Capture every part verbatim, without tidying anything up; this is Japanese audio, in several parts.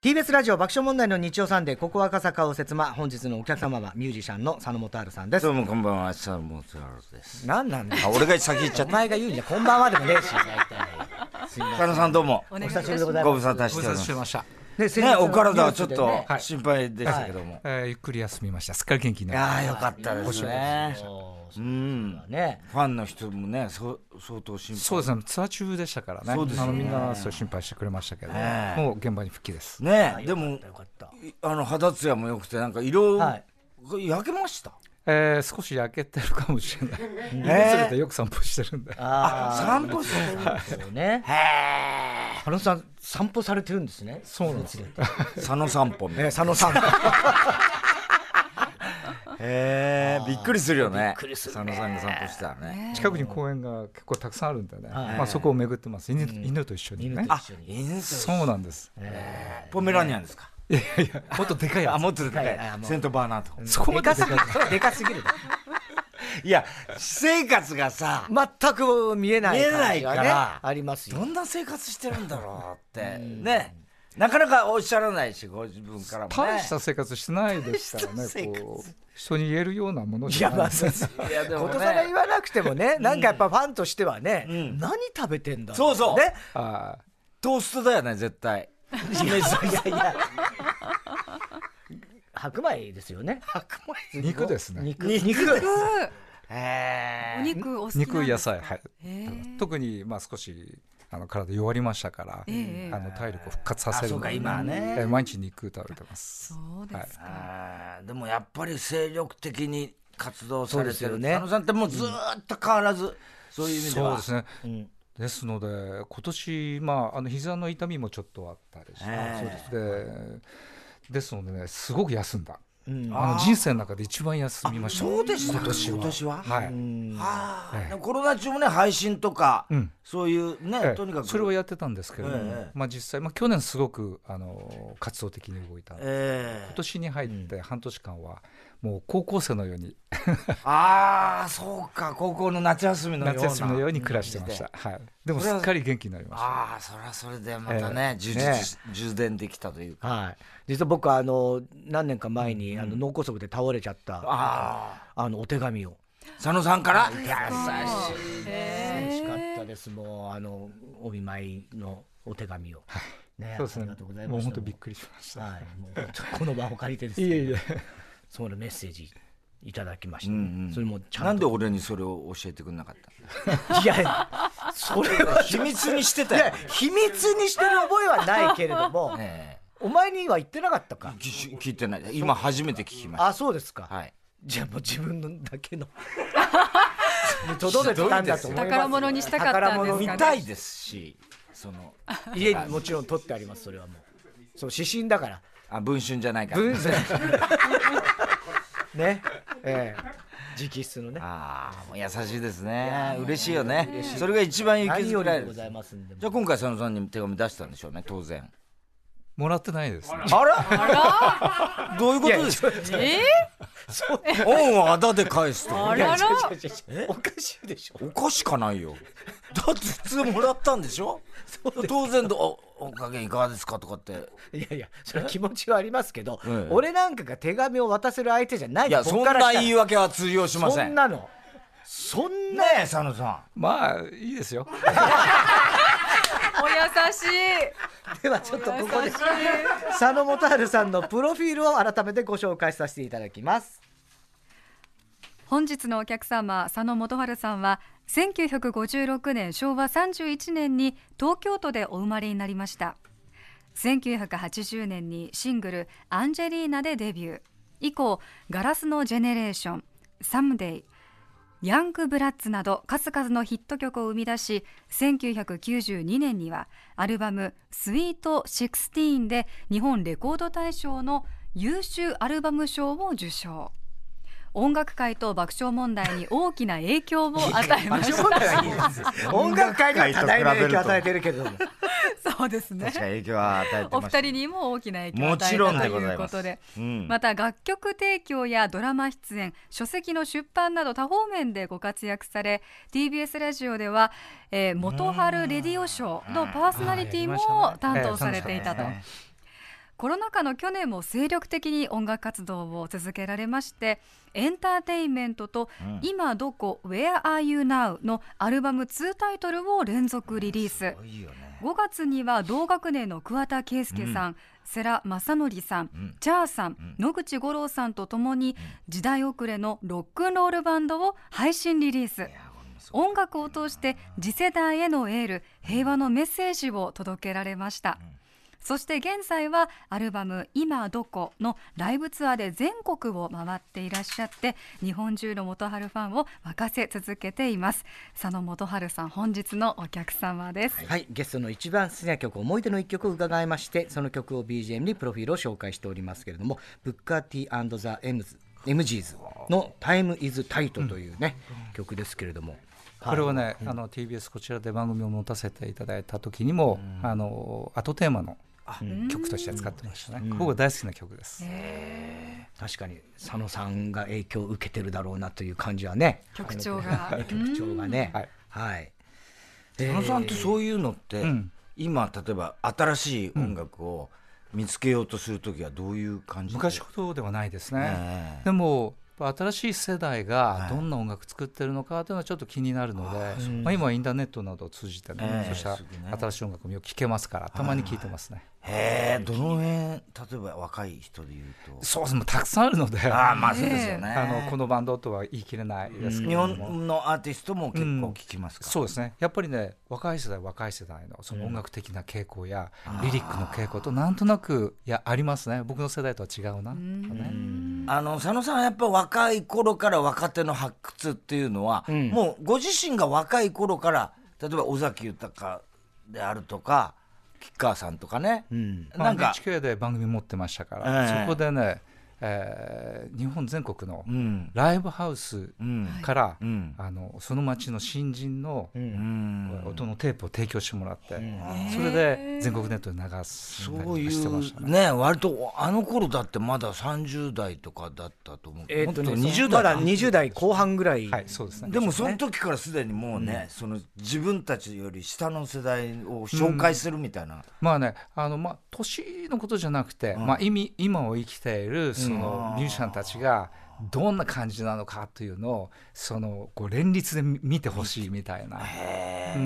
ティービーエス ラジオ爆笑問題の日曜サンデー、ここ赤坂を説ま。本日のお客様はミュージシャンの佐野元春さんです。 どうもこんばんは、佐野元春です。 なんなんだあ、俺が先言っちゃった。 お前が言うんじゃこんばんはでもねえし、大体佐野さんどうもお久しぶりでございます。 ご無沙汰しております。 ご無沙汰してました。 ね、 ね、お体はちょっとね心配でしたけども、はい、 えー、ゆっくり休みました。すっかり元気になりいました。 やーよかったですね。うん、ね、ファンの人もね、そ相当心配。 そうですね、ツアー中でしたからね。 そうですね、 あのみんなそう心配してくれましたけど、ね、もう現場に復帰ですね。でもあの肌ツヤも良くて、なんか色、はい、焼けました。 えー、少し焼けてるかもしれない。それでよく散歩してるんで。 ああ、 散歩してるんですよね。へえ。佐野さん散歩されてるんですね。 そうなんです。 佐野散歩ね。 佐野散歩。 へえ、びっくりするよね。佐野さんが散歩したらね。 近くに公園が結構たくさんあるんでね。まあそこを巡ってます。犬、犬と一緒にね。 あ、犬。 そうなんです。 ポメラニアンですか。 いやいや、もっとでかいやつ。 あ、もっとでかい。セントバーナード。 そこまででかすぎる。それでかすぎる。 いや、私生活がさ、 全く見えない見えないからありますよ。 どんな生活してるんだろうってね。なかなかおっしゃらないし、ご自分からもね。 大した生活してないですからね。こう人に言えるようなものじゃない。いや、まあ、 いやでもことさら言わなくてもね、なんかやっぱファンとしてはね、何食べてんだ。 そうそう。 ね、 トーストだよね、絶対。 いやいや。白米ですよね。 白米。 肉ですね。 肉。 肉。 へお肉お好きなんですか。 肉野菜、はい。特にまあ少しあの体弱りましたから、あの体力を復活させるのに毎日肉食べてます。 そうですか。 でもやっぱり精力的に活動されてるね。佐野さんってもうずっと変わらずそういう意味では。 そうですね。ですので今年まああの膝の痛みもちょっとあったりして、そうですでですのでね、すごく休んだ。うん、あの人生の中で一番休みました。 そうでした。 今年は。 今年は。 はい。 はあ、コロナ中もね、配信とか、うん、そういうね、ええ、とにかくそれをやってたんですけれども、ええ、まあ実際まあ去年すごくあの活動的に動いた。ええ、今年に入って半年間はもう高校生のように、 うん、ああそうか、高校の夏休みのような夏休みのように暮らしてました。はい。でもすっかり元気になりました。 ああ、それはそれでまたね、ええ、充実、ね、充電できたというか。 はい。実は僕はあの何年か前に、うん、あの脳梗塞で倒れちゃった、 ああのお手紙を佐野さんから優しい、嬉しかったです。もうあのお見舞いのお手紙を、 はいね、そうですね、ありがとうございました。もう本当びっくりしました。はい、もうこの場を借りてですね、いえいえ、 そのメッセージいただきました、ね。 うんうん、 それもちゃんと。 なんで俺にそれを教えてくれなかったの？ いや、それは秘密にしてたよ。いや、 秘密にしてる覚えはないけれども。ね、お前には言ってなかったか。 聞いてない。今初めて聞きました。 あ、そうですか。 はい。 じゃあもう自分のだけの届けたんだと思います。 宝物にしたかったんですかね。 見たいですし、その家にもちろん取ってあります。それはもうそう指針だから。 あ、文春じゃないから。 文春ね、ええ、直筆のね。 ああ、もう優しいですね。嬉しいよね。それが一番勇気づけられる。じゃあ今回佐野さんに手紙出したんでしょうね、当然。 もらってないです、ね。 あらあらどういうことですか。 えー、恩をあだで返すと。 あららおかしいでしょ。 おかしかないよ。だって普通もらったんでしょ。当然おお加減いかがですかとかって。 いやいや、それは気持ちはありますけど、ええ、俺なんかが手紙を渡せる相手じゃない。 いや、そんな言い訳は通用しません。 そんなのそんなねえ、佐野さん。 まあいいですよ。 お優しい。 ではちょっとここで佐野元春さんのプロフィールを改めてご紹介させていただきます。 本日のお客様、佐野元春さんはせんきゅうひゃくごじゅうろくねんしょうわさんじゅういちねんに東京都でお生まれになりました。せんきゅうひゃくはちじゅうねんにシングルアンジェリーナでデビュー。以降ガラスのジェネレーション、サムデイ、ヤングブラッツなど数々のヒット曲を生み出し、せんきゅうひゃくきゅうじゅうにねんにはアルバムスイートじゅうろくで日本レコード大賞の優秀アルバム賞を受賞。音楽界と爆笑問題に大きな影響を与えました。 音楽界には多大な影響を与えてるけれどもそうですね。 確かに影響は与えてました。 お二人にも大きな影響を与えたということで、 うん、 また楽曲提供やドラマ出演、書籍の出版など多方面でご活躍され、 ティービーエス ラジオでは、えー、元春レディオショーのパーソナリティも担当されていたと。 コロナ禍の去年も精力的に音楽活動を続けられまして、エンターテインメントと、うん、今どこ Where are you now のアルバムツータイトルを連続リリース。いいよね、ごがつには同学年の桑田佳祐さん、うん、世良正則さん、うん、チャーさん、うん、野口五郎さんとともに、うん、時代遅れのロックンロールバンドを配信リリース。音楽を通して次世代へのエール、平和のメッセージを届けられました。うん、そして現在はアルバム今どこのライブツアーで全国を回っていらっしゃって、日本中の元春ファンを沸かせ続けています。佐野元春さん、本日のお客様です。 はい、ゲストの一番好きな曲、思い出の一曲を伺いまして、その曲を ビージーエム にプロフィールを紹介しておりますけれども、ブッカー T& Theエムジーズ の Time is Tight というね、うん、曲ですけれども、 これはね、うん、あの ティービーエス こちらで番組を持たせていただいた時にも、うん、あの後テーマの曲として使ってましたね。僕は大好きな曲です。 確かに佐野さんが影響を受けてるだろうなという感じはね、 曲調が曲調がね、 はい、はい、佐野さんってそういうのって、うん、今例えば新しい音楽を見つけようとするときはどういう感じで、 昔ほどではないですね。でも新しい世代がどんな音楽作ってるのかというのはちょっと気になるので、はい、まあ、今はインターネットなどを通じてね、えー、そうした新しい音楽もよく聴けますから、たまに聴いてますね。 へえ、どの辺、例えば若い人でいうと、 そうですね、たくさんあるので、 あ、まあそうですよね、 あのこのバンドとは言い切れないですけども、 日本のアーティストも結構聴きますか、 うん、そうですね、やっぱりね、若い世代若い世代のその音楽的な傾向や、うん、リリックの傾向となんとなくいやありますね。僕の世代とは違うな、うん、 ね、あの佐野さんはやっぱ若い頃から若手の発掘っていうのは、うん、もうご自身が若い頃から例えば尾崎豊であるとか吉川さんとかね、 うん、なんか エヌエイチケー で番組持ってましたから、えー、そこでね、えー、日本全国のライブハウスから、うん、あのその町の新人の、うん、音のテープを提供してもらって、うん、それで全国ネットで流すそういうね、割とあの頃だってまださんじゅう代とかだったと思う、 えーっとね、にじゅう代まだにじゅう代後半ぐらい、 はい、そうですね。 でもその時からすでにもうね、うん、その自分たちより下の世代を紹介するみたいな、うん、 まあね、あのまあ年のことじゃなくて、うん、まあ、意味今を生きているそのミュージシャンたちがどんな感じなのかというのをそのこう連立で見てほしいみたいな、うん、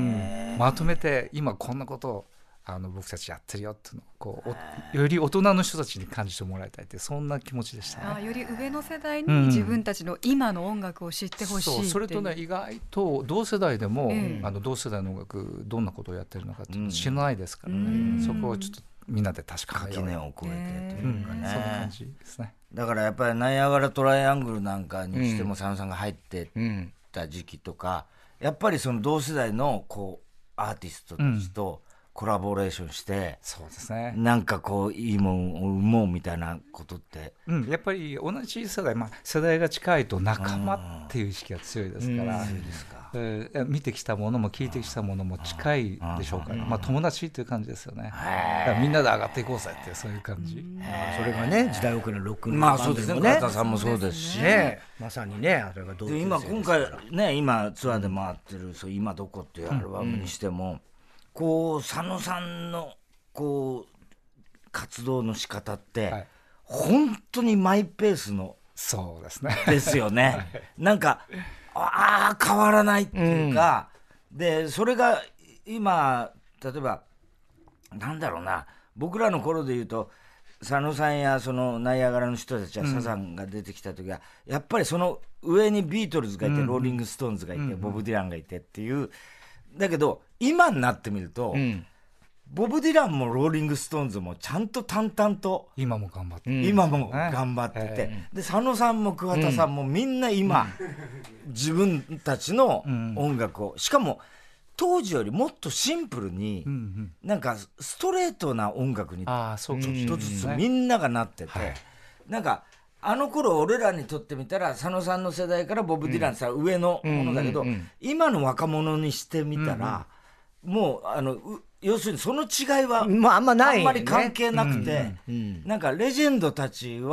まとめて今こんなことをあの僕たちやってるよっていうのをこうより大人の人たちに感じてもらいたいって、そんな気持ちでしたね。 あ、より上の世代に自分たちの今の音楽を知ってほしい、うん、そう、 それとね、意外と同世代でも、うん、あの同世代の音楽どんなことをやってるのかっていうの知らないですからね、うん、そこをちょっとみんなで確かめよう、 垣根を越えてというかね、 うん、そんな感じですね。 だからやっぱりナイアガラトライアングルなんかにしても佐野さんが入ってた時期とか、やっぱりその同世代のこうアーティストたちとコラボレーションして、 そうですね、 なんかこういいもんを生もうみたいなことって、 うん、やっぱり同じ世代、まあ、世代が近いと仲間っていう意識が強いですから、えー、見てきたものも聞いてきたものも近いでしょうから、まあ、友達という感じですよね。だからみんなで上がっていこうぜって、そういう感じ。 それがね、時代遅れのロックのバンドもね、まあ、そうですね、桑田さんもそうですしね、 まさにね、あれが同級生ですから。 今今回ね、今ツアーで回ってる、うん、そう今どこっていうアルバムにしても、うんうん、こう佐野さんのこう活動の仕方って、はい、本当にマイペースのそうですねですよね、はい、なんかああ変わらないっていうか、うん、でそれが今例えばなんだろうな、僕らの頃で言うと佐野さんやそのナイアガラの人たちはサザンが出てきた時は、うん、やっぱりその上にビートルズがいて、うん、ローリングストーンズがいて、うん、ボブ・ディランがいてっていう、だけど今になってみると、うん、ボブ・ディランもローリングストーンズもちゃんと淡々と今も頑張って、 今も頑張ってて、ね、で佐野さんも桑田さんもみんな今、うん、自分たちの音楽を、しかも当時よりもっとシンプルに、うんうん、なんかストレートな音楽にちょっとずつみんながなってて、うんうん、なんかあの頃俺らにとってみたら佐野さんの世代からボブ・ディランさ、うん、上のものだけど、うんうんうん、今の若者にしてみたら、うんうん、もうあの要するにその違いは、 まあ、あんまない、ね、 あんまり関係なくて、うんうんうん、なんかレジェンドたちは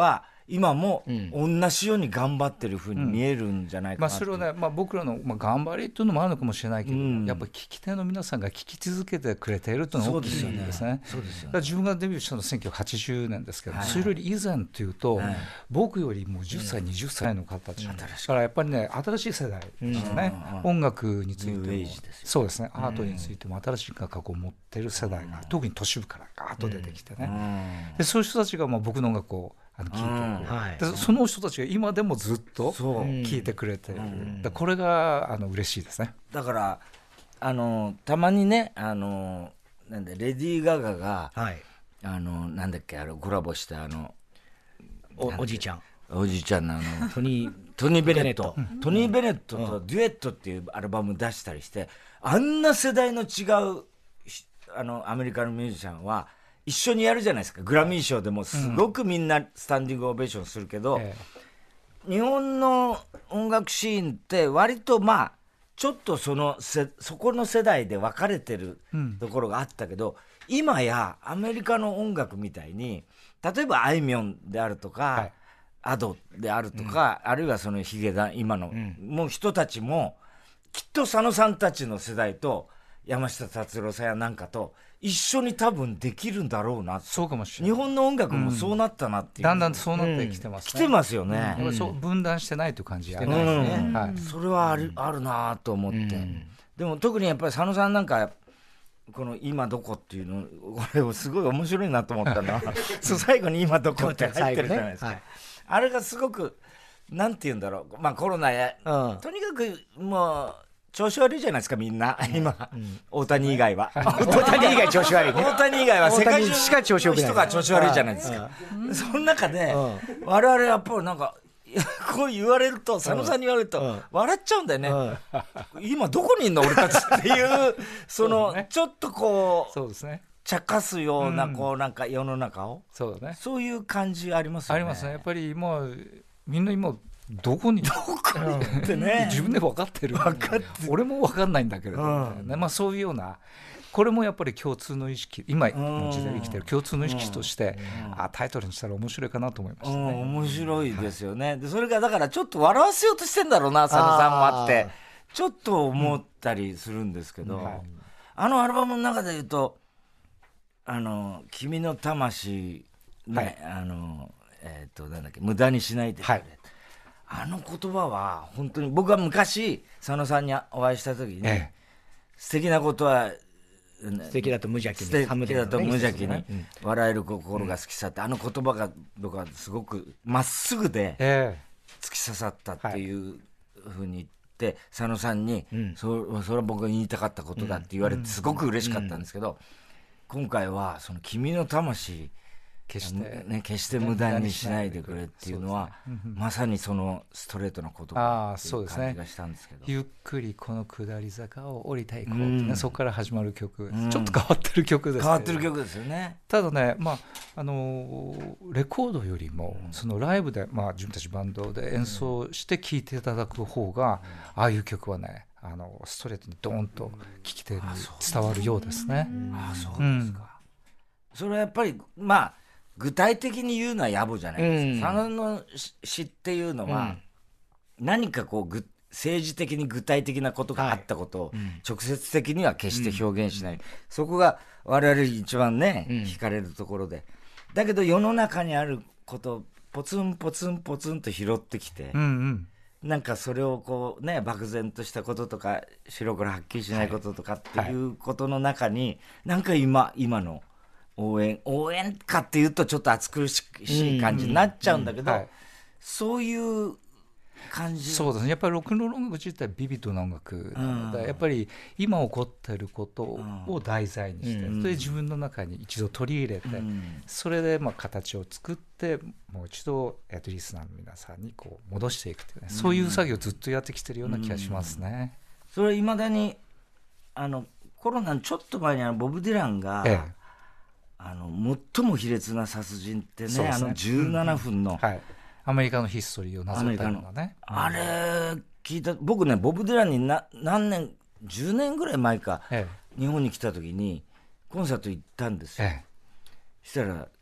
今も同じように頑張ってるふうに見えるんじゃないかな、 まあ、それはね、まあ、僕らの、まあ、頑張りというのもあるのかもしれないけど、うん、やっぱり聞き手の皆さんが聞き続けてくれているというのが大きいんですね。 そうですよね。 だから自分がデビューしたのはせんきゅうひゃくはちじゅうねんですけど、はい、それより以前というと、はい、僕よりもじゅっさい、うん、はたちの方たち、うん、だからやっぱりね新しい世代ですね、うん、音楽についてもそうですね、アートについても新しい感覚を持っている世代が、うん、特に都市部からガーッと出てきてね、うん、でそういう人たちがまあ僕の音楽をあの聞いて、うんはい、でその人たちが今でもずっと聞いてくれてる、うん、だこれがあの嬉しいですね。 だからあのたまにねあのなんでレディー・ガガが、はい、あのなんだっけあれコラボしたあのお, おじいちゃんおじいちゃんのあのトニートニー・ベネット、うん、トニー・ベネットとデュエットっていうアルバム出したりして、あんな世代の違うあのアメリカのミュージシャンは一緒にやるじゃないですか。グラミー賞でもすごくみんなスタンディングオベーションするけど、うんええ、日本の音楽シーンって割とまあちょっとそのせそこの世代で分かれてるところがあったけど、うん、今やアメリカの音楽みたいに例えばあいみょんであるとか、はい、アドであるとか、うん、あるいはそのヒゲダン今の、うん、もう人たちもきっと佐野さんたちの世代と山下達郎さんやなんかと一緒に多分できるんだろうな。 そうかもしれない。 日本の音楽もそうなったなっていう、 うん、だんだんそうなってきてますね、 うん、来てますよね、 うん、そう分断してないという感じがある、 うんねはい、それはある、あるなと思って、うん、でも特にやっぱり佐野さんなんかこの今どこっていうのこれすごい面白いなと思ったのはそう最後に今どこって入ってるじゃないですか、ねはい、あれがすごくなんて言うんだろう、まあコロナや、うん、とにかくもう調子悪いじゃないですかみんな今、うん、大谷以外は大谷以外調子悪い、ね、 大谷以外は世界中しか調子良くない人が調子悪いじゃないですか、うん、その中で、うん、我々やっぱりなんかこう言われると佐野さんに言われると、うん、笑っちゃうんだよね、うん、今どこにいんの俺たちっていうそのね、ちょっとこうそうですね茶化すようなこうなんか世の中を、 そうだね、 そういう感じありますよね。 ありますね。やっぱりもうみんな今どこにどこにってね自分で分かってる分かって俺も分かんないんだけれども、ねうんまあ、そういうようなこれもやっぱり共通の意識今の時代生きてる共通の意識として、うん、あタイトルにしたら面白いかなと思いましたね、うん、 面白いですよね、はい、でそれがだからちょっと笑わせようとしてんだろうな佐野さんもあってちょっと思ったりするんですけど、うんはい、あのアルバムの中で言うとあの君の魂ね、はい、あのえっ、ー、となんだっけ無駄にしないでくれ、はい、あの言葉は本当に僕は昔佐野さんにお会いした時に、ええ、素敵なことは素敵だと無邪気に素敵だと無邪気に笑える心が好きさって、うん、あの言葉が僕はすごくまっすぐで突き刺さったっていうふうに言って、はい、佐野さんに、うん、そ, それは僕が言いたかったことだって言われてすごく嬉しかったんですけど、うんうん今回はその君の魂決して、 ね、決して無駄にしないでくれっていうのは、ね、まさにそのストレートな言葉っていう感じがしたんですけど、 ね、ゆっくりこの下り坂を降りていこうって、ねうん、そこから始まる曲、うん、ちょっと変わってる曲です、ね、 変わってる曲ですよね。 ただね、まあ、あのレコードよりもそのライブで、まあ、自分たちバンドで演奏して聴いていただく方が、うん、ああいう曲はねあのストレートにドーンと聴き手に伝わるようですね。 ああそうですか、うん、それはやっぱりまあ具体的に言うのは野暮じゃないですか、うん、佐野の詩っていうのは、うん、何かこうぐ政治的に具体的なことがあったことを直接的には決して表現しない、うん、そこが我々一番ね、うん、惹かれるところでだけど世の中にあることをポツンポツンポツンと拾ってきて、 うんうんなんかそれをこうね漠然としたこととか白黒はっきりしないこととかっていうことの中に、はいはい、なんか今今の応援応援かっていうとちょっと暑苦しい感じになっちゃうんだけど、うんうんはい、そういう感じ。 そうですね。やっぱりロックンロール音楽自体ビビッドな音楽なので、うん、やっぱり今起こっていることを題材にして、うん、それで自分の中に一度取り入れて、うん、それでまあ形を作ってもう一度リスナーの皆さんにこう戻していくというね、うん、そういう作業をずっとやってきてるような気がしますね、 うん、それいまだにあのコロナのちょっと前にあのボブ・ディランが、ええ、あの最も卑劣な殺人って ね, ねあのじゅうななふんの、うんはい、 アメリカのヒストリーをなぞったようなね、 あれ聞いた僕ねボブ・ディランにな何年じゅうねんぐらい前か、ええ、日本に来た時にコンサート行ったんですよ、ええ、そしたら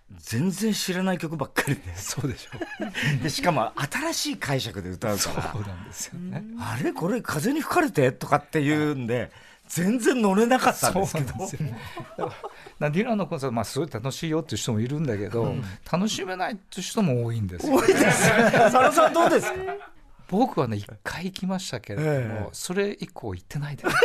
全然知らない曲ばっかりでそうでしょでしかも新しい解釈で歌うからそうなんですよね。 あれこれ風に吹かれてとかっていうんで全然乗れなかったんですけど、 そうなんですよね。だからディランのコンサート、まあ、すごい楽しいよっていう人もいるんだけど、うん、楽しめないっていう人も多いんですよ、ね、 多いです佐野さんどうですか？ 僕はね一回行きましたけれども、えー、それ以降行ってないです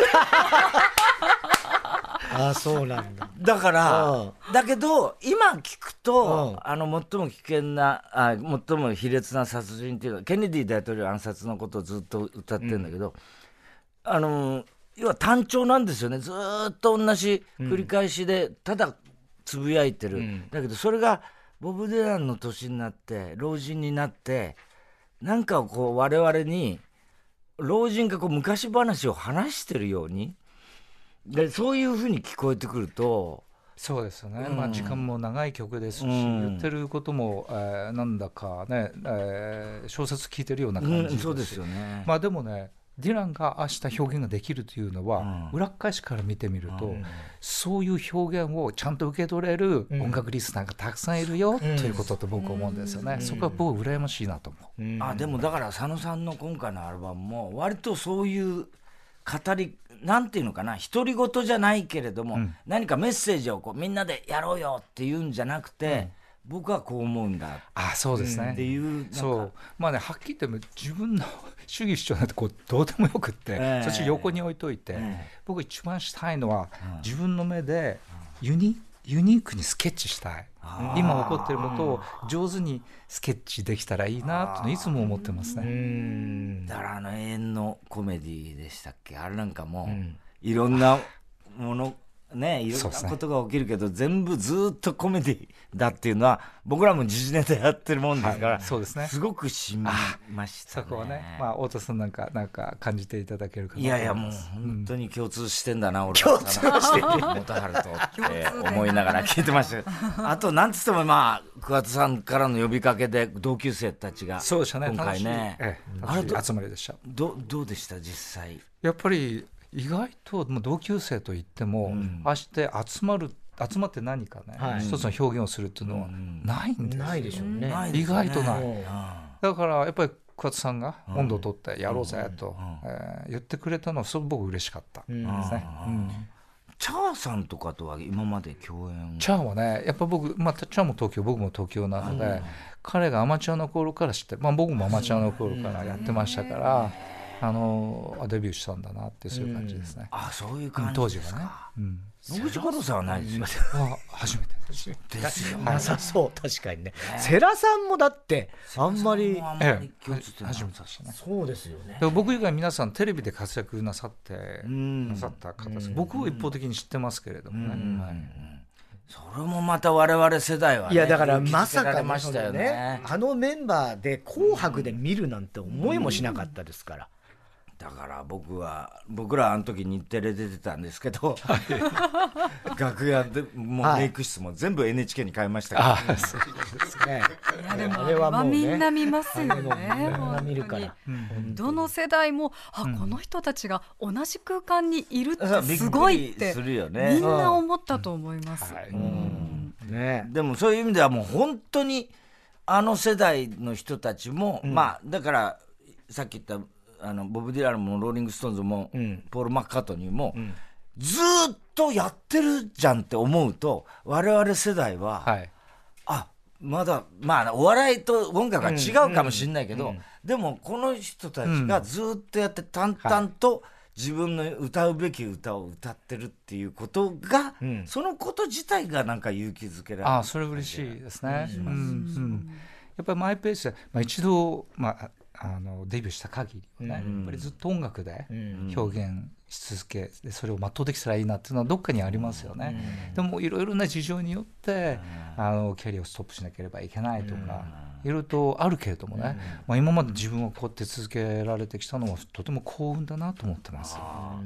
あ、そうなんだ。 だからだけど今聞くとあの最も危険なあ最も卑劣な殺人っていうのはケネディ大統領暗殺のことをずっと歌ってるんだけど、うん、あの要は単調なんですよね。ずっと同じ繰り返しでただつぶやいてる、うん、だけどそれがボブ・ディランの年になって老人になってなんかこう我々に老人がこう昔話を話してるようにでそういう風に聞こえてくるとそうですよね、うんまあ、時間も長い曲ですし、うん、言ってることも、えー、なんだかね、えー、小説聞いてるような感じです、 うん、そうですよね。 まあでもねディランが明日表現ができるというのは、うん、裏返しから見てみると、うん、そういう表現をちゃんと受け取れる音楽リスナーがたくさんいるよ、うん、ということと僕は思うんですよね、うん、そこは僕は羨ましいなと思う、 うん、あでもだから佐野さんの今回のアルバムも割とそういう語りなんていうのかな独り言じゃないけれども、うん、何かメッセージをこうみんなでやろうよっていうんじゃなくて、うん僕はこう思うんだあそうですね、 っていうそうまあねはっきり言っても自分の主義主張なんてこうどうでもよくって、えー、そっち横に置いといて、えー、僕一番したいのは、うん、自分の目でユニ、ユニークにスケッチしたい今起こっていることを上手にスケッチできたらいいなっていつも思ってますね。 うんだからあの永遠のコメディでしたっけあれなんかも、うん、いろんなものね、いろんなことが起きるけど、ね、全部ずっとコメディだっていうのは僕らも時事ネタやってるもんですから、はい、 そうですね、 すごくしみましたね。 そこはね、まあ、太田さんなんかなんか感じていただけるかなといやいやもう本当に共通してんだな、うん、俺は共通して元春とって思いながら聞いてましたけどあとなんつってもまあ桑田さんからの呼びかけで同級生たちがそうでしたね今回ね、 ええ、あれ集まりでした。 どどうでした実際？ やっぱり意外と同級生といっても、うん、あして集まる集まって何かね、はい、一つの表現をするっていうのはないんですよ、うん、 ないでしょうね。 意外とない、うん、だからやっぱり桑田さんが温度を取ってやろうぜと、うんえー、言ってくれたのはすごく僕嬉しかったですね、うんうん、 チャーさんとかとは今まで共演チャーはねやっぱ僕、まあ、チャーも東京僕も東京なので、うん、彼がアマチュアの頃から知って、まあ、僕もアマチュアの頃からやってましたから、うんあのデビューしたんだなってそういう感じですね、 うん、あそういう感じですか、当時はね、うん、野口五郎さんはないですよあ初めてですですよなさそう確かにね、えー、世良さんもだってあんまりあんまり共通って初めてでしたね。 そうですよね。 僕以外皆さんテレビで活躍なさってなさった方です。僕は一方的に知ってますけれどもね、うんはいそれもまた我々世代はねいやだからまさかましたよねあのメンバーで紅白で見るなんて思いもしなかったですから、 だから僕は僕らあの時日テレ出てたんですけど、はい、楽屋でもうメイク室も全部 エヌエイチケー に変えましたから、 はい、あそうですね。 いやでもあれはもう、ね、みんな見ますよね。みんな見るから、 うん、どの世代もあ、うん、この人たちが同じ空間にいるってすごいってするよね、 みんな思ったと思います、 うんはいうんね、でもそういう意味ではもう本当にあの世代の人たちも、うん、まあだからさっき言ったあのボブ・ディランもローリング・ストーンズも、うん、ポール・マッカートニーも、うん、ずっとやってるじゃんって思うと我々世代は、はい、あまだまあお笑いと音楽は違うかもしれないけど、うんうん、でもこの人たちがずっとやって淡々と自分の歌うべき歌を歌ってるっていうことが、うん、そのこと自体がなんか勇気づけられる。 あそれ嬉しいですね、うんうん、やっぱりマイペースで、まあ、一度、まああのデビューした限りはね、うん、やっぱりずっと音楽で表現し続けでそれを全うできたらいいなっていうのはどっかにありますよね、うん、でもいろいろな事情によって、うん、あのキャリアをストップしなければいけないとか、うん、いろいろとあるけれどもね、うんまあ、今まで自分をこうやって続けられてきたのはとても幸運だなと思ってます、 うん、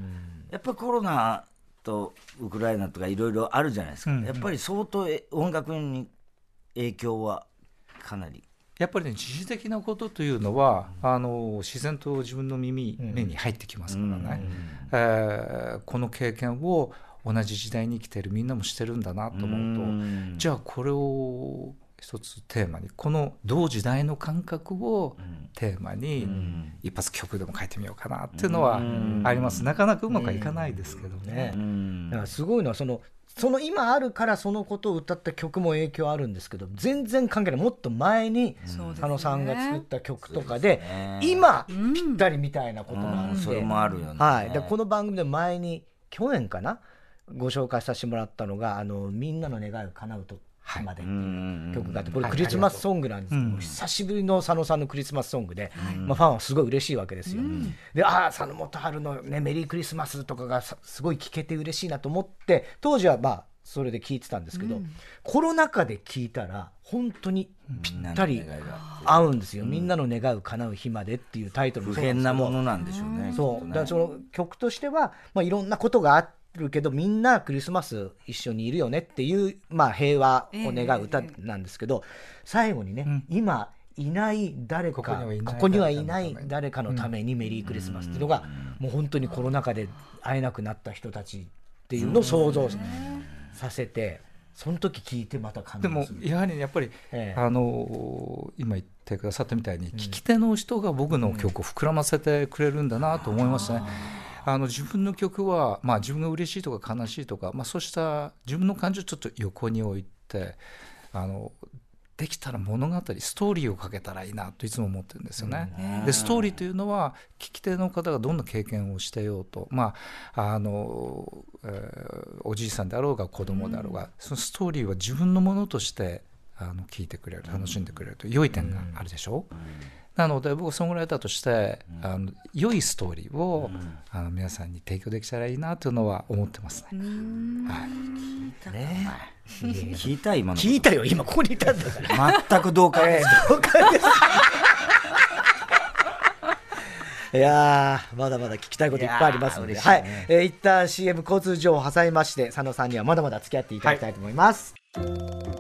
やっぱりコロナとウクライナとかいろいろあるじゃないですか、うん、やっぱり相当音楽に影響はかなりやっぱりね自主的なことというのは、うん、あの自然と自分の耳、うん、目に入ってきますからね、うんえー、この経験を同じ時代に生きてるみんなもしてるんだなと思うと、じゃあこれを一つテーマに、この同時代の感覚をテーマに一発曲でも書いてみようかなっていうのはあります。なかなかうまくはいかないですけどね。 だからすごいのはそのその今あるからそのことを歌った曲も影響あるんですけど、全然関係ない、もっと前に佐野さんが作った曲とかで今ぴったりみたいなこともあって、 それもあるよね。 はい、でこの番組で前に去年かなご紹介させてもらったのが、あのみんなの願いを叶うとまでっていう曲があって、これクリスマスソングなんですけど、はい、久しぶりの佐野さんのクリスマスソングで、はいまあ、ファンはすごい嬉しいわけですよ、うん、でああ佐野元春の、ね、メリークリスマスとかがすごい聴けて嬉しいなと思って当時はまあそれで聴いてたんですけど、うん、コロナ禍で聴いたら本当にぴったり合うんですよ、うん、みんなの願う叶う日までっていうタイトルも不変なものなんでしょうね。 そうだからその曲としては、まあ、いろんなことがあってるけどみんなクリスマス一緒にいるよねっていう、まあ、平和を願う歌なんですけど、えー、最後にね、うん、今いない誰かここにはいない誰かのためにメリークリスマスっていうのが、うん、もう本当にコロナ禍で会えなくなった人たちっていうのを想像させて、その時聞いてまた感動する。 でもやはりやっぱり、えー、あの今言ってくださったみたいに、うん、聞き手の人が僕の曲を膨らませてくれるんだなと思いましたね。あの自分の曲は、まあ、自分が嬉しいとか悲しいとか、まあ、そうした自分の感情をちょっと横に置いて、あのできたら物語ストーリーをかけたらいいなといつも思ってるんですよね、うん、でストーリーというのは聞き手の方がどんな経験をしてようと、まああのえー、おじいさんであろうが子供であろうが、うん、そのストーリーは自分のものとしてあの聞いてくれる、楽しんでくれるという良い点があるでしょう、うんうん、なので僕ソングライターとして、うん、あの良いストーリーを、うん、あの皆さんに提供できたらいいなというのは思ってますね。はい、聞いたね。 聞いた今の聞いたよ、今ここにいたんだから全く同感です、同感ですいやまだまだ聞きたいこといっぱいありますので、ね、はい、えー、一旦 シーエム 交通情報を挟みまして佐野さんにはまだまだ付き合っていただきたいと思います、はい、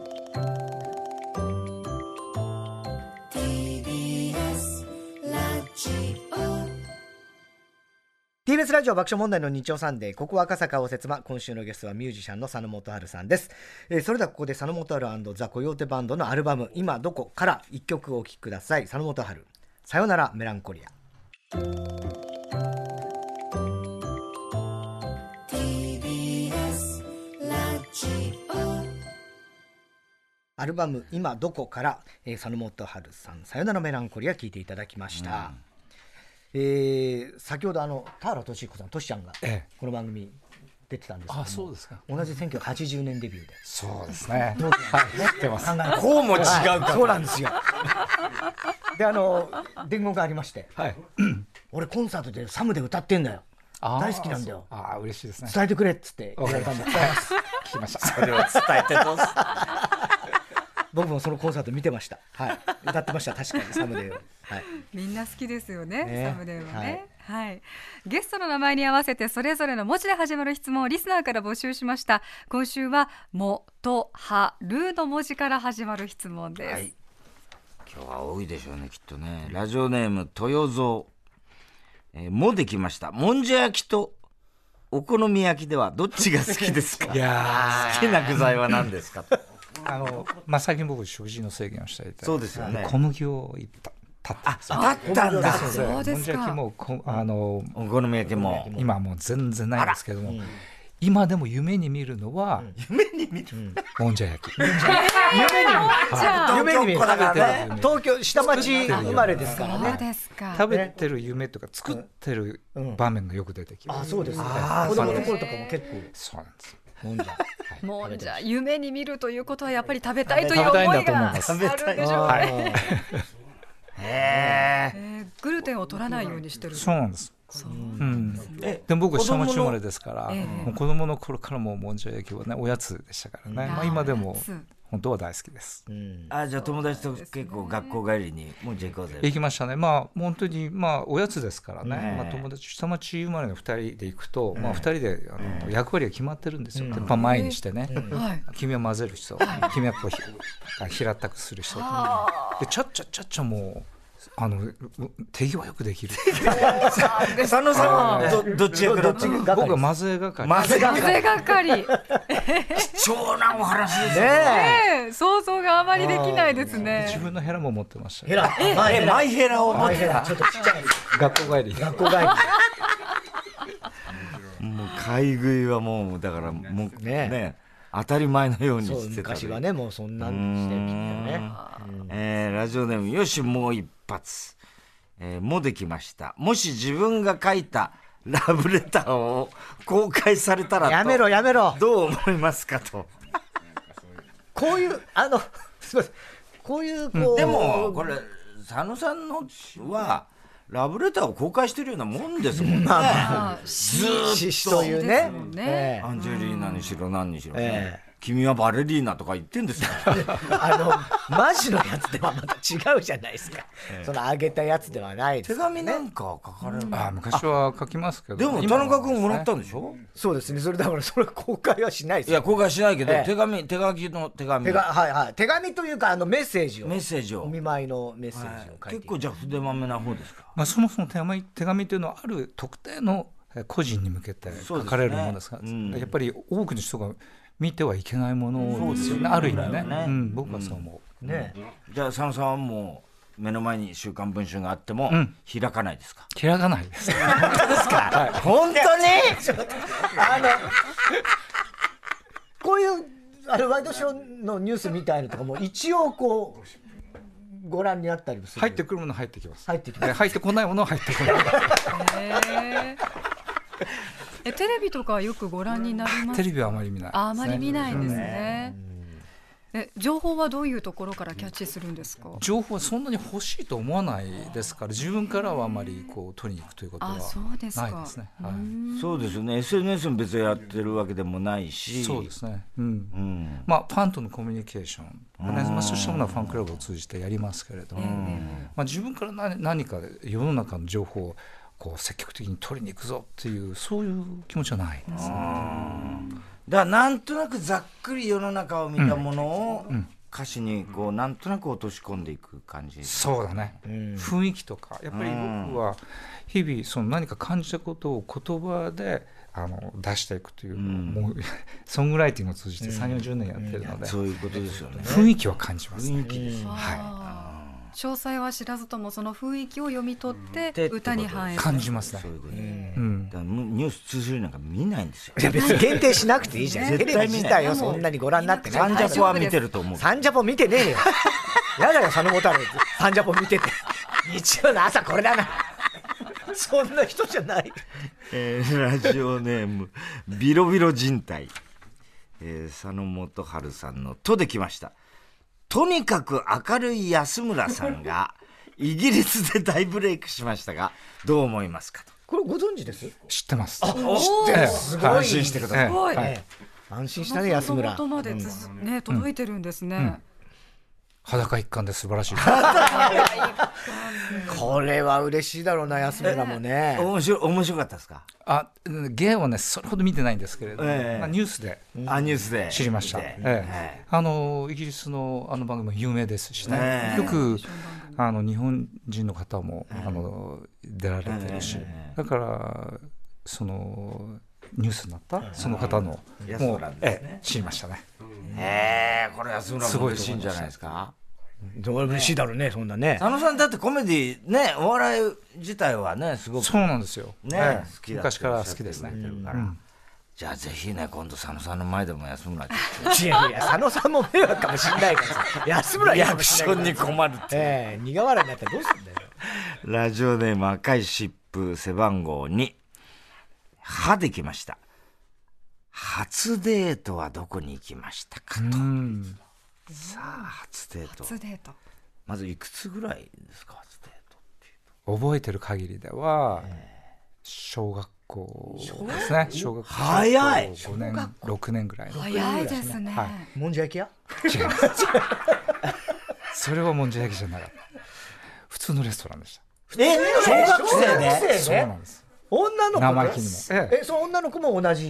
ティービーエス ラジオ爆笑問題の日曜サンデー、ここは赤坂応接間。今週のゲストはミュージシャンの佐野元春さんです、えー、それではここで佐野元春&ザ・コヨーテバンドのアルバム今どこからいっきょくお聴きください。佐野元春、さよならメランコリア。アルバム今どこから、えー、佐野元春さんさよならメランコリア聴いていただきました、うん、えー、先ほどあの田原俊彦さんトシちゃんがこの番組出てたんですけども、 あ、そうですか。 同じせんきゅうひゃくはちじゅうねんデビューで。 そうですね、 どうですか、はい、知ってます。 こうも違うか、 はい、そうなんですよであの伝言がありまして、はい、俺コンサートでサムで歌ってんだよ、大好きなんだよ、 ああ嬉しいですね、 伝えてくれっつって言われたんで伝えます聞きましたそれを伝えてどうす僕もそのコンサート見てました、はい、歌ってました確かにサムデーを、はい、 みんな好きですよ ね, ねサムデーはね、はいはい、ゲストの名前に合わせてそれぞれの文字で始まる質問をリスナーから募集しました。今週はもとはるの文字から始まる質問です、はい、 今日は多いでしょうねきっとね。ラジオネーム豊蔵、えー、もできました。もんじゃ焼きとお好み焼きではどっちが好きですかいや好きな具材は何ですかとあの、まあ、最近僕食事の制限をしていて、 そうですよね、 小麦をいっぱい立ったんですよ。あ、立ったんだ。 そうですか。 もんじゃ焼きもこあのお好み焼きも今はもう全然ないんですけども、うん、今でも夢に見るのは、うん、 夢に見るもんじゃ焼き。 夢に見る。夢に見る。東京下町生まれですからね。 そうですか。 食べてる夢とか作ってる場面がよく出てきます。 あ、そうですね。子供の頃とかも結構。 そうなんです。 もんじゃ、はい、 もんじゃ夢に見るということはやっぱり食べたいという思いがあるんでしょうね。へえ、グルテンを取らないようにしてる。 そうなんです。そう、うん、えでも僕は下町生まれですから、えー、もう子供の頃からもうもんじゃ焼きはねおやつでしたからね、うん、まあ、今でも本当は大好きです、 うん、あ、じゃあ友達と結構学校帰りにもんじゃ行こうぜ行きましたね。まあ本当にまあおやつですからね、ね、まあ、友達下町生まれのふたりで行くと、ね、まあ、ふたりであの役割が決まってるんですよ、うん、やっぱ前にしてね、うん、君は混ぜる人、はい、君はこう平たくする人でちゃっちゃちゃっちゃもうあの手際よくできる。 佐野さんはどどっち役だったの？ 僕は混ぜ係。 混ぜ混ぜ係。 貴重なお話ですね。 ねえ、想像があまりできないですね。 自分のヘラも持ってました。 ヘラ、 えマイヘラを持ってた。 ちょっとちっちゃい学校帰り。 学校帰り。 もう買い食いはもうだからもうねね当たり前のようにそうしてた。 昔はねもうそんなんしてる君はね。 えーラジオネームよしもう一発、えーもできました。もし自分が書いたラブレターを公開されたらとやめろやめろ。 どう思いますかと。 こういうあのすみませんこういうこうでもこれ佐野さんのはラブレターを公開してるようなもんですもんね。 まあまあずーっ獅子とというね。 ねええアンジェリーナにしろ何にしろね、 え君はバレリーナとか言ってんですよ。 あのマジのやつではまた違うじゃないですか。その上げたやつではないです手よね。 紙なんか書かれる、 あ昔は書きますけど。 でも田中君もらったんでしょ？ そうですね。それだからそれ公開はしないですよ。 いや公開しないけど、 ええ手紙手書きの手紙手がはいはい手紙というかあのメッセージをメッセージをお見舞いのメッセージを書いて、 結構じゃあ筆まめな方ですか？ まあそもそも手紙手紙というのはある特定の個人に向けて書かれるものですから、 そうですねうんやっぱり多くの人が見てはいけないものですよね。ある意味ね。 ねうん僕はそう思う。 ねじゃあ佐野さんはもう目の前に週刊文春があってもん開かないですか？ 開かないです。 本当に？ あのこういうあのワイドショーのニュースみたいなとかも一応こうご覧になったりもする。 入ってくるもの入ってきます。 入ってきますで入ってこないものは入ってこない。 へえ。えテレビとかはよくご覧になりますか？ テレビはあまり見ないですね。 ああまり見ないんですね。え情報はどういうところからキャッチするんですか？ 情報はそんなに欲しいと思わないですから、自分からはあまりこう取りに行くということはあそうですか。 ないですね。はい。 そうですよね。 エスエヌエス も別にやってるわけでもないし。 そうですね。うん。 うんまあファンとのコミュニケーション、まあねまあそうしたものはファンクラブを通じてやりますけれども、まあ自分から何何か世の中の情報をこう積極的に取りに行くぞっていうそういう気持ちはないですね。 だからなんとなくざっくり世の中を見たものを歌詞にこうなんとなく落とし込んでいく感じ。 そうだね、雰囲気とかやっぱり僕は日々その何か感じたことを言葉であの出していくという、もうソングライティングを通じてさんじゅうよんじゅうねんやってるので、 そういうことですよね。 雰囲気は感じますね。 雰囲気です。 は詳細は知らずともその雰囲気を読み取ってで歌に反映い、 する。 感じますね。 そういうことですうん、 だからニュースにじゅうなんか見ないんですよ。 いや別に限定しなくていいじゃん。テレビ自体をそんなにご覧になってね。 サンジャポは見てると思う。 サンジャポ見てねえよ。やだよ佐野元春サンジャポ見てて。日曜の朝これだな。そんな人じゃない。 えーラジオネームビロビロ人体、えー佐野元春さんのとできました。とにかく明るい安村さんがイギリスで大ブレイクしましたがどう思いますかと。 これご存知です？ 知ってます。 知ってる。すごい。 安心してください。 すごい。 はい安心したね安村。 元々までつづね届いてるんですね。 裸一貫で素晴らしい。 これは嬉しいだろうな安村もね。 面白面白かったですか？ あ、芸はねそれほど見てないんですけれども、 ええまあ、ニュースであニュースで知りました。 見てええあのイギリスのあの番組も有名ですしね、 ええよくあの日本人の方も、あの出られてるし、 えだからそのニュースになったその方の、 安もう、 村ですねええ知りましたね。 えー、これ安村もすごい嬉しいんじゃないですか？ どう嬉しいだろうねそんなね。 佐野さんだってコメディねお笑い自体はねすごくそうなんですよ。 ね、 ええ好きだって昔から好きですね。 おっしゃってくれてるからうんじゃあぜひね今度佐野さんの前でも安村いやいや佐野さんも迷惑かもしれないからさ。安村いいかもリアクションにしれないけど困るって。 ええ苦笑いになったらどうすんだよ。 ラジオネーム赤い湿布背番号に歯できました。初デートはどこに行きましたかと。 うんさあ初デート初デート。 まずいくつぐらいですか初デートっていう覚えてる限りでは、小学校ですね。小学校早いごねんろくねんぐらいの。 早いですね。 はいもんじゃ焼き屋？ 違いますそれはもんじゃ焼きじゃなかった。普通のレストランでした。 え小学生で小学生ねそうなんです。 女の子と生意気にも。えええその女の子も同じ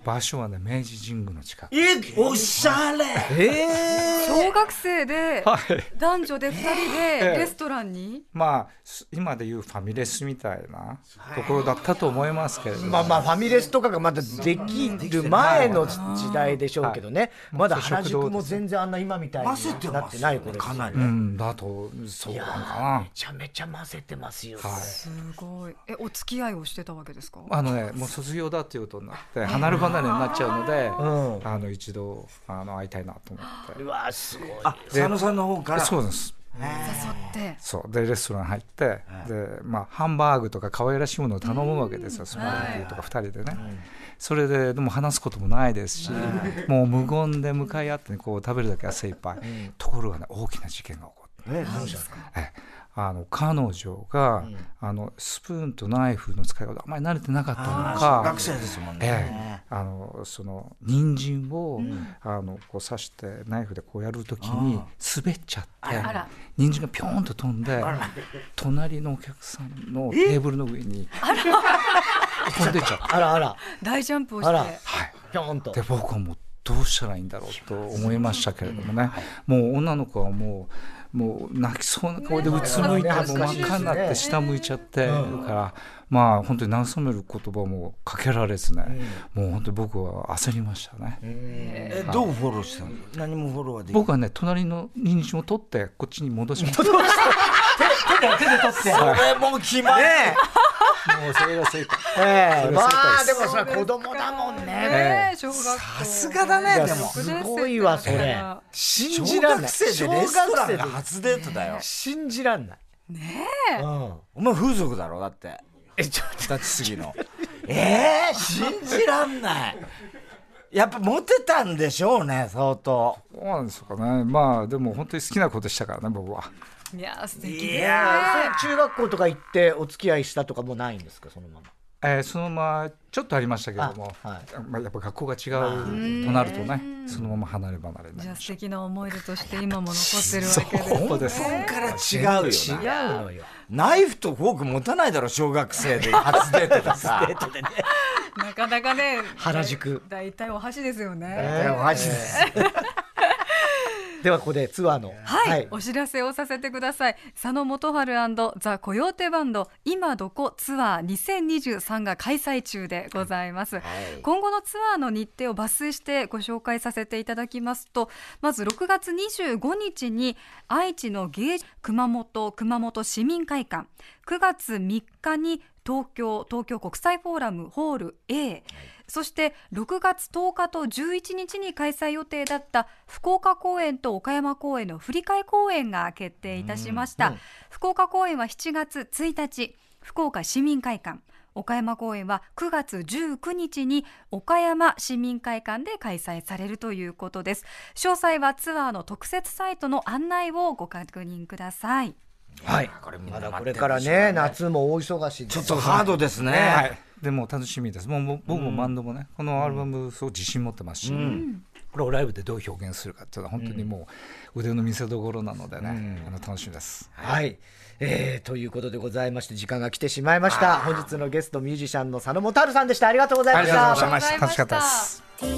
場所はね明治神宮の近く。 えおしゃれ。 え小学生ではい男女でふたりでレストランに、 まあ今でいうファミレスみたいなところだったと思いますけれども、 まあまあファミレスとかがまだできる前の時代でしょうけどね、まだ原宿も全然あんな今みたいになってない頃ですかなり。 うんだとそうなのかな。 めちゃめちゃ混ぜてますよ、 はいすごい。えお付き合いをしてたわけですか？ あのねもう卒業だっていうことになって離れ離れになっちゃうので、 うんあの一度あの会いたいなと思って。 うわすごい。 あ佐野さんの方から。 そうです誘ってそうでレストラン入って、でまあハンバーグとか可愛らしいものを頼むわけですよ、スパゲティとかふたりでね、それででも話すこともないですし、もう無言で向かい合って、ね、こう食べるだけは精一杯、ところがね大きな事件が起こって、 え何ですか？ えあの彼女が、あのスプーンとナイフの使い方あんまり慣れてなかったの小か、 学生ですもんえね。 え、あのその人参を、あのこう刺してナイフでこうやるときに滑っちゃってあら人参がピョーンと飛んで隣のお客さんのテーブルの上に飛んでっちゃって、 あらあら大ジャンプをして、 あらはい、 ぴょんと。 で僕はもうどうしたらいいんだろうと思いましたけれどもね、もう女の子はもうもう泣きそうな顔でうつむいて、もう真っ赤になって下向いちゃってるから、まあ本当に慰める言葉もかけられずね、もう本当に僕は焦りましたね。 えどうフォローしたの？何もフォローはできない。 僕はね隣の人参を取ってこっちに戻しました。 手で手で取って。 それもう決まっねもうそれが正解。 ええ、まあでそれもそれは子供だもんね。 ねえ小学校さすがだね。でもすごいわそれ。信小じらんない。 学生でレストランが初デートだよ。 信じらんない。 ねえ、 うん。 お前風俗だろだって。 えちょっ二十過ぎの。えー、信じらんない。やっぱモテたんでしょうね相当。 そうなんですかね。まあでも本当に好きなことしたからね僕は。 いや素敵いね。 やと中学校とか行ってお付き合いしたとかもないんですかそのまま。 えー、そのままちょっとありましたけれども、 あはいまあ、やっぱ学校が違うとなるとね、そのまま離れ離れになりましじゃあ素敵な思い出として今も残ってるわけですね。 そうです根本から違うよ違な。 うのよ。 ナイフとフォーク持たないだろ小学生で初デートでさ。 なかなかね原宿だいたいお箸ですよね。 えーマジです。 ではここでツアーのはい、お知らせをさせてください。佐野元春&ザ・コヨーテバンド今どこツアーにせんにじゅうさんが開催中でございます、はい、今後のツアーの日程を抜粋してご紹介させていただきますと、まずろくがつにじゅうごにちに愛知の芸術熊本熊本市民会館、くがつみっかに東京東京国際フォーラムホール A、はい、そしてろくがつとおかとじゅういちにちに開催予定だった福岡公演と岡山公演の振り替え公演が決定いたしました、うんうん、福岡公演はしちがつついたち福岡市民会館、岡山公演はくがつじゅうくにちに岡山市民会館で開催されるということです。詳細はツアーの特設サイトの案内をご確認ください。 はい、これまだこれからね夏も大忙しでちょっとハードですね、 はい、でも楽しみです。もう僕もバンドもね、うん、このアルバムすごい自信持ってますし、うん、これをライブでどう表現するかっていうのは本当にもう腕の見せ所なのでね、うん、あの楽しみです。 はい、えー、ということでございまして時間が来てしまいました。本日のゲストミュージシャンの佐野元春さんでした。ありがとうございました。 ありがとうございました。楽しかったです。